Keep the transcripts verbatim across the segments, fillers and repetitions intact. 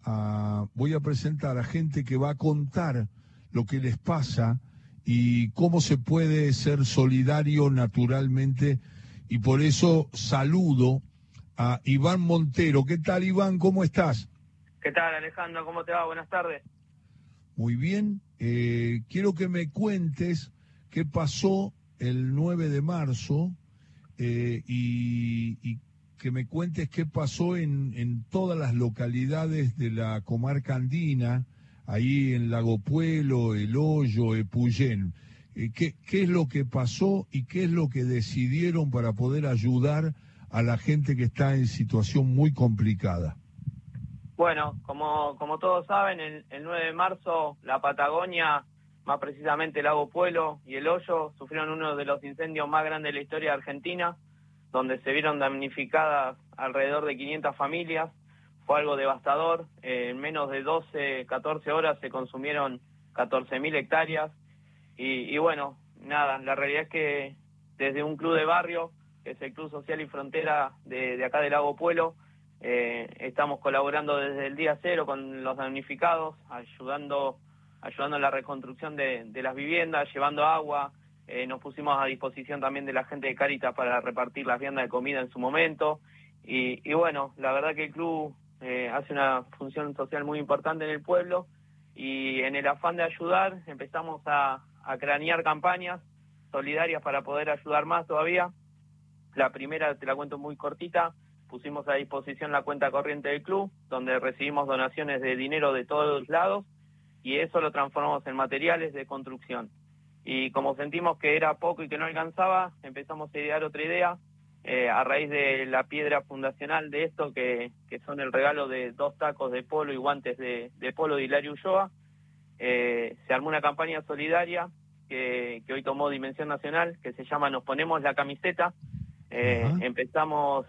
a, voy a presentar a gente que va a contar lo que les pasa y cómo se puede ser solidario naturalmente, y por eso saludo a Iván Montero. ¿Qué tal, Iván? ¿Cómo estás? ¿Qué tal, Alejandro? ¿Cómo te va? Buenas tardes. Muy bien. Eh, quiero que me cuentes qué pasó el nueve de marzo eh, y, y que me cuentes qué pasó en, en todas las localidades de la comarca andina, ahí en Lago Puelo, El Hoyo, Epuyén. Eh, ¿qué, ¿Qué es lo que pasó y qué es lo que decidieron para poder ayudar a la gente que está en situación muy complicada? Bueno, como, como todos saben, el, el nueve de marzo la Patagonia, más precisamente el Lago Puelo y El Hoyo, sufrieron uno de los incendios más grandes de la historia de Argentina, donde se vieron damnificadas alrededor de quinientas familias. Fue algo devastador. Eh, en menos de doce, catorce horas se consumieron catorce mil hectáreas. Y, y bueno, nada, la realidad es que desde un club de barrio, que es el Club Social y Frontera de, de acá del Lago Puelo, eh, estamos colaborando desde el día cero con los damnificados, ayudando, ayudando en la reconstrucción de, de las viviendas, llevando agua. Eh, nos pusimos a disposición también de la gente de Cáritas para repartir las viandas de comida en su momento. Y, y bueno, la verdad que el club eh, hace una función social muy importante en el pueblo, y en el afán de ayudar empezamos a, a cranear campañas solidarias para poder ayudar más todavía. La primera, te la cuento muy cortita, pusimos a disposición la cuenta corriente del club, donde recibimos donaciones de dinero de todos lados, y eso lo transformamos en materiales de construcción. Y como sentimos que era poco y que no alcanzaba, empezamos a idear otra idea, eh, a raíz de la piedra fundacional de esto, que, que son el regalo de dos tacos de polo y guantes de, de polo de Hilario Ulloa. Eh, se armó una campaña solidaria que, que hoy tomó dimensión nacional, que se llama Nos Ponemos la Camiseta. Eh, empezamos,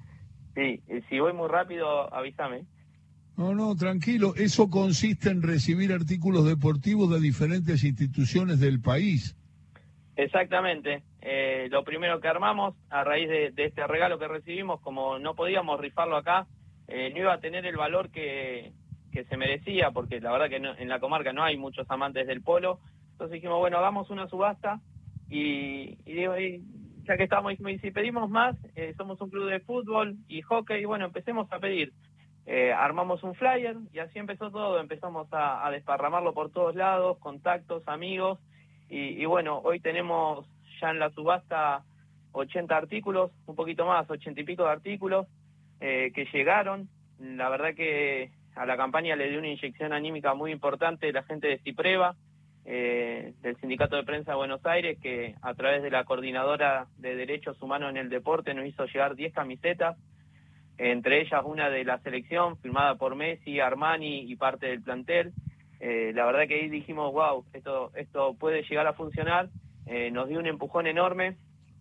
sí, si voy muy rápido, avísame. No, no, tranquilo. Eso consiste en recibir artículos deportivos de diferentes instituciones del país. Exactamente. Eh, lo primero que armamos, a raíz de, de este regalo que recibimos, como no podíamos rifarlo acá, eh, no iba a tener el valor que, que se merecía, porque la verdad que no, en la comarca no hay muchos amantes del polo. Entonces dijimos, bueno, hagamos una subasta, y, y digo, y, ya que estamos, y si pedimos más, eh, somos un club de fútbol y hockey, y bueno, empecemos a pedir. Eh, armamos un flyer y así empezó todo. Empezamos a, a desparramarlo por todos lados, contactos, amigos, y, y bueno, hoy tenemos ya en la subasta ochenta artículos, un poquito más, ochenta y pico de artículos eh, que llegaron. La verdad que a la campaña le dio una inyección anímica muy importante la gente de Cipreva, eh, del Sindicato de Prensa de Buenos Aires, que a través de la Coordinadora de Derechos Humanos en el Deporte nos hizo llegar diez camisetas, entre ellas una de la selección, firmada por Messi, Armani y parte del plantel. Eh, la verdad que ahí dijimos, wow, esto, esto puede llegar a funcionar. Eh, nos dio un empujón enorme,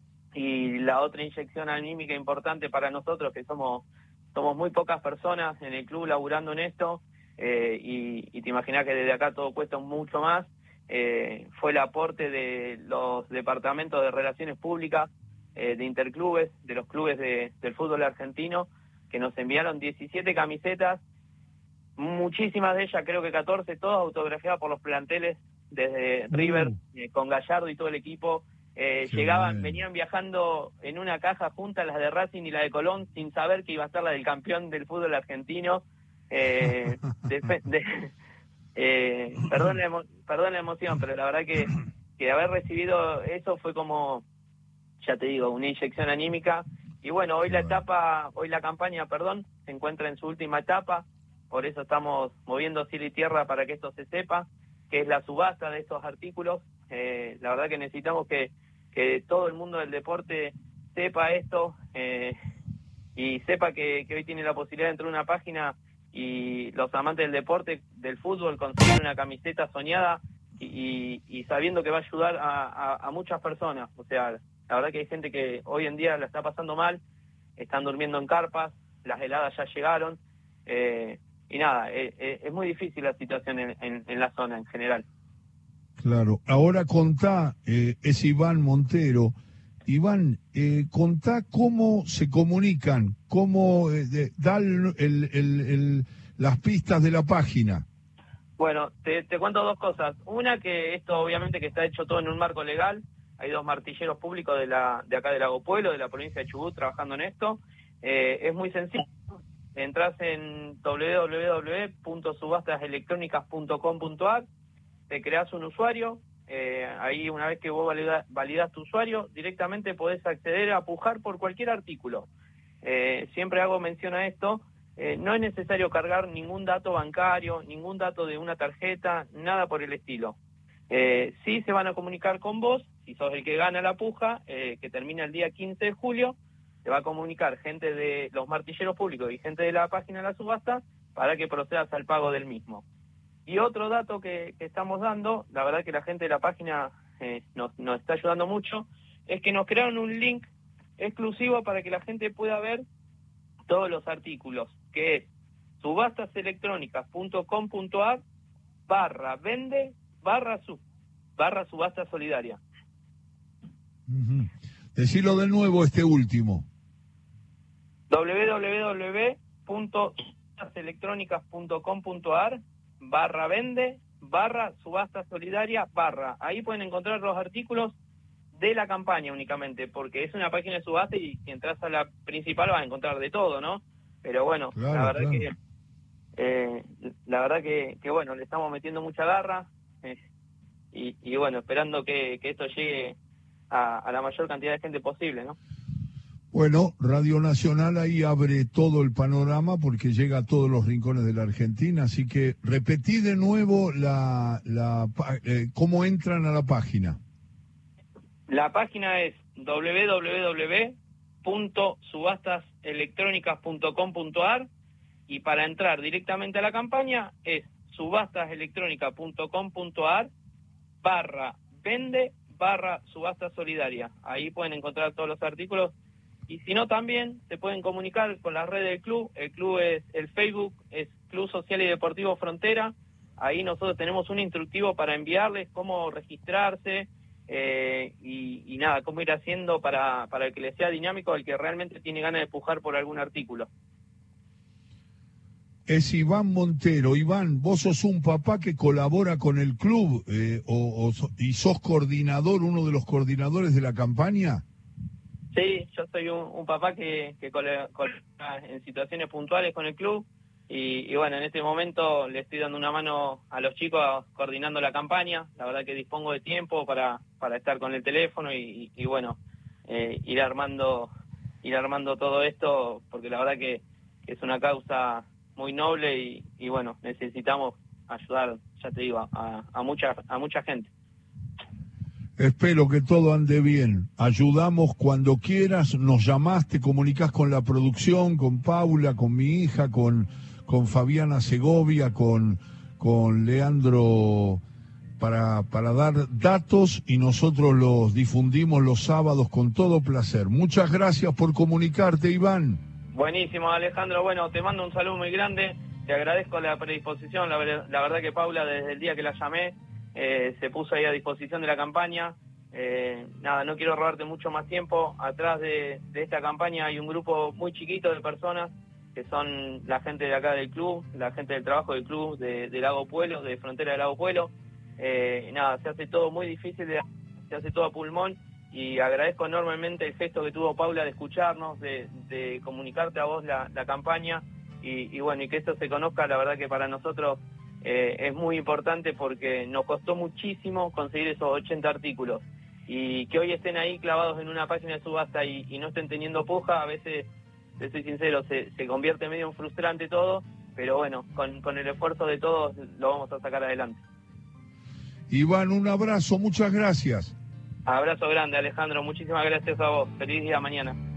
y la otra inyección anímica importante para nosotros, que somos, somos muy pocas personas en el club laburando en esto, eh, y, y te imaginas que desde acá todo cuesta mucho más, eh, fue el aporte de los departamentos de Relaciones Públicas, eh, de Interclubes, de los clubes de, del fútbol argentino, que nos enviaron diecisiete camisetas, muchísimas de ellas, creo que catorce, todas autografiadas por los planteles, desde mm. River, eh, con Gallardo y todo el equipo. Eh, llegaban, bien. Venían viajando en una caja juntas las de Racing y la de Colón, sin saber que iba a ser la del campeón del fútbol argentino. Eh, de, de, eh, perdón, la emo, perdón la emoción, pero la verdad que, que haber recibido eso fue como, ya te digo, una inyección anímica. Y bueno, hoy la etapa, hoy la campaña, perdón, se encuentra en su última etapa, por eso estamos moviendo cielo y tierra para que esto se sepa, que es la subasta de estos artículos. Eh, la verdad que necesitamos que, que todo el mundo del deporte sepa esto, eh, y sepa que, que hoy tiene la posibilidad de entrar a una página y los amantes del deporte, del fútbol, conseguir una camiseta soñada y, y, y sabiendo que va a ayudar a, a, a muchas personas. O sea, la verdad que hay gente que hoy en día la está pasando mal, están durmiendo en carpas, las heladas ya llegaron, eh, y nada, eh, eh, es muy difícil la situación en, en, en la zona en general. Claro, ahora contá, eh, es Iván Montero, Iván, eh, contá cómo se comunican, cómo eh, de, dan el, el, el, las pistas de la página. Bueno, te, te cuento dos cosas. Una, que esto obviamente que está hecho todo en un marco legal. Hay dos martilleros públicos de la de acá de Lago Puelo, de la provincia de Chubut, trabajando en esto. Eh, es muy sencillo. Entras en doble u doble u doble u punto subastas electrónicas punto com punto a r, te creas un usuario. Eh, ahí, una vez que vos valida, validas tu usuario, directamente podés acceder a pujar por cualquier artículo. Eh, siempre hago mención a esto. Eh, no es necesario cargar ningún dato bancario, ningún dato de una tarjeta, nada por el estilo. Eh, sí se van a comunicar con vos, si sos el que gana la puja, eh, que termina el día quince de julio, te va a comunicar gente de los martilleros públicos y gente de la página de la subasta para que procedas al pago del mismo. Y otro dato que, que estamos dando, la verdad que la gente de la página eh, nos, nos está ayudando mucho, es que nos crearon un link exclusivo para que la gente pueda ver todos los artículos, que es subastaselectrónicas punto com punto a r barra vende barra sub barra subasta solidaria. Uh-huh. Decilo de nuevo este último. doble u doble u doble u punto subastaselectrónicas punto com punto a r barra vende barra subasta solidaria barra. Ahí pueden encontrar los artículos de la campaña únicamente, porque es una página de subasta y si entras a la principal vas a encontrar de todo, ¿no? Pero bueno, claro, la verdad claro. que eh, la verdad que, que bueno, le estamos metiendo mucha garra eh, y, y bueno, esperando que, que esto llegue a, a la mayor cantidad de gente posible, ¿no? Bueno, Radio Nacional ahí abre todo el panorama porque llega a todos los rincones de la Argentina, así que repetí de nuevo la, la eh, cómo entran a la página. La página es doble u doble u doble u punto subastas electrónicas punto com punto a r y para entrar directamente a la campaña es subastaselectrónicas punto com punto a r barra vende barra subasta solidaria. Ahí pueden encontrar todos los artículos. Y si no, también se pueden comunicar con las redes del club. El club es el Facebook, es Club Social y Deportivo Frontera. Ahí nosotros tenemos un instructivo para enviarles cómo registrarse eh, y, y nada, cómo ir haciendo para, para el que le sea dinámico, el que realmente tiene ganas de pujar por algún artículo. Es Iván Montero. Iván, vos sos un papá que colabora con el club eh, o, o, y sos coordinador, uno de los coordinadores de la campaña. Sí, yo soy un, un papá que, que colabora en situaciones puntuales con el club y, y bueno, en este momento le estoy dando una mano a los chicos coordinando la campaña. La verdad que dispongo de tiempo para, para estar con el teléfono y, y, y bueno, eh, ir armando ir armando todo esto porque la verdad que, que es una causa muy noble y, y bueno, necesitamos ayudar, ya te digo, a, a mucha a mucha gente. Espero que todo ande bien. Ayudamos cuando quieras, nos llamás, te comunicás con la producción, con Paula, con mi hija, con, con Fabiana Segovia, con, con Leandro, para, para dar datos y nosotros los difundimos los sábados con todo placer. Muchas gracias por comunicarte, Iván. Buenísimo, Alejandro. Bueno, te mando un saludo muy grande. Te agradezco la predisposición. La, la verdad que Paula, desde el día que la llamé, Eh, se puso ahí a disposición de la campaña. Eh, nada, no quiero robarte mucho más tiempo. Atrás de, de esta campaña hay un grupo muy chiquito de personas que son la gente de acá del club, la gente del trabajo del club de, de Lago Puelo, de Frontera de Lago Puelo. Eh, nada, se hace todo muy difícil, de, se hace todo a pulmón y agradezco enormemente el gesto que tuvo Paula de escucharnos, de, de comunicarte a vos la, la campaña y, y bueno, y que esto se conozca. La verdad que para nosotros Eh, es muy importante porque nos costó muchísimo conseguir esos ochenta artículos y que hoy estén ahí clavados en una página de subasta y, y no estén teniendo puja, a veces, te soy sincero, se, se convierte medio en frustrante todo, pero bueno, con, con el esfuerzo de todos lo vamos a sacar adelante. Iván, un abrazo, muchas gracias. Abrazo grande, Alejandro, muchísimas gracias a vos, feliz día mañana.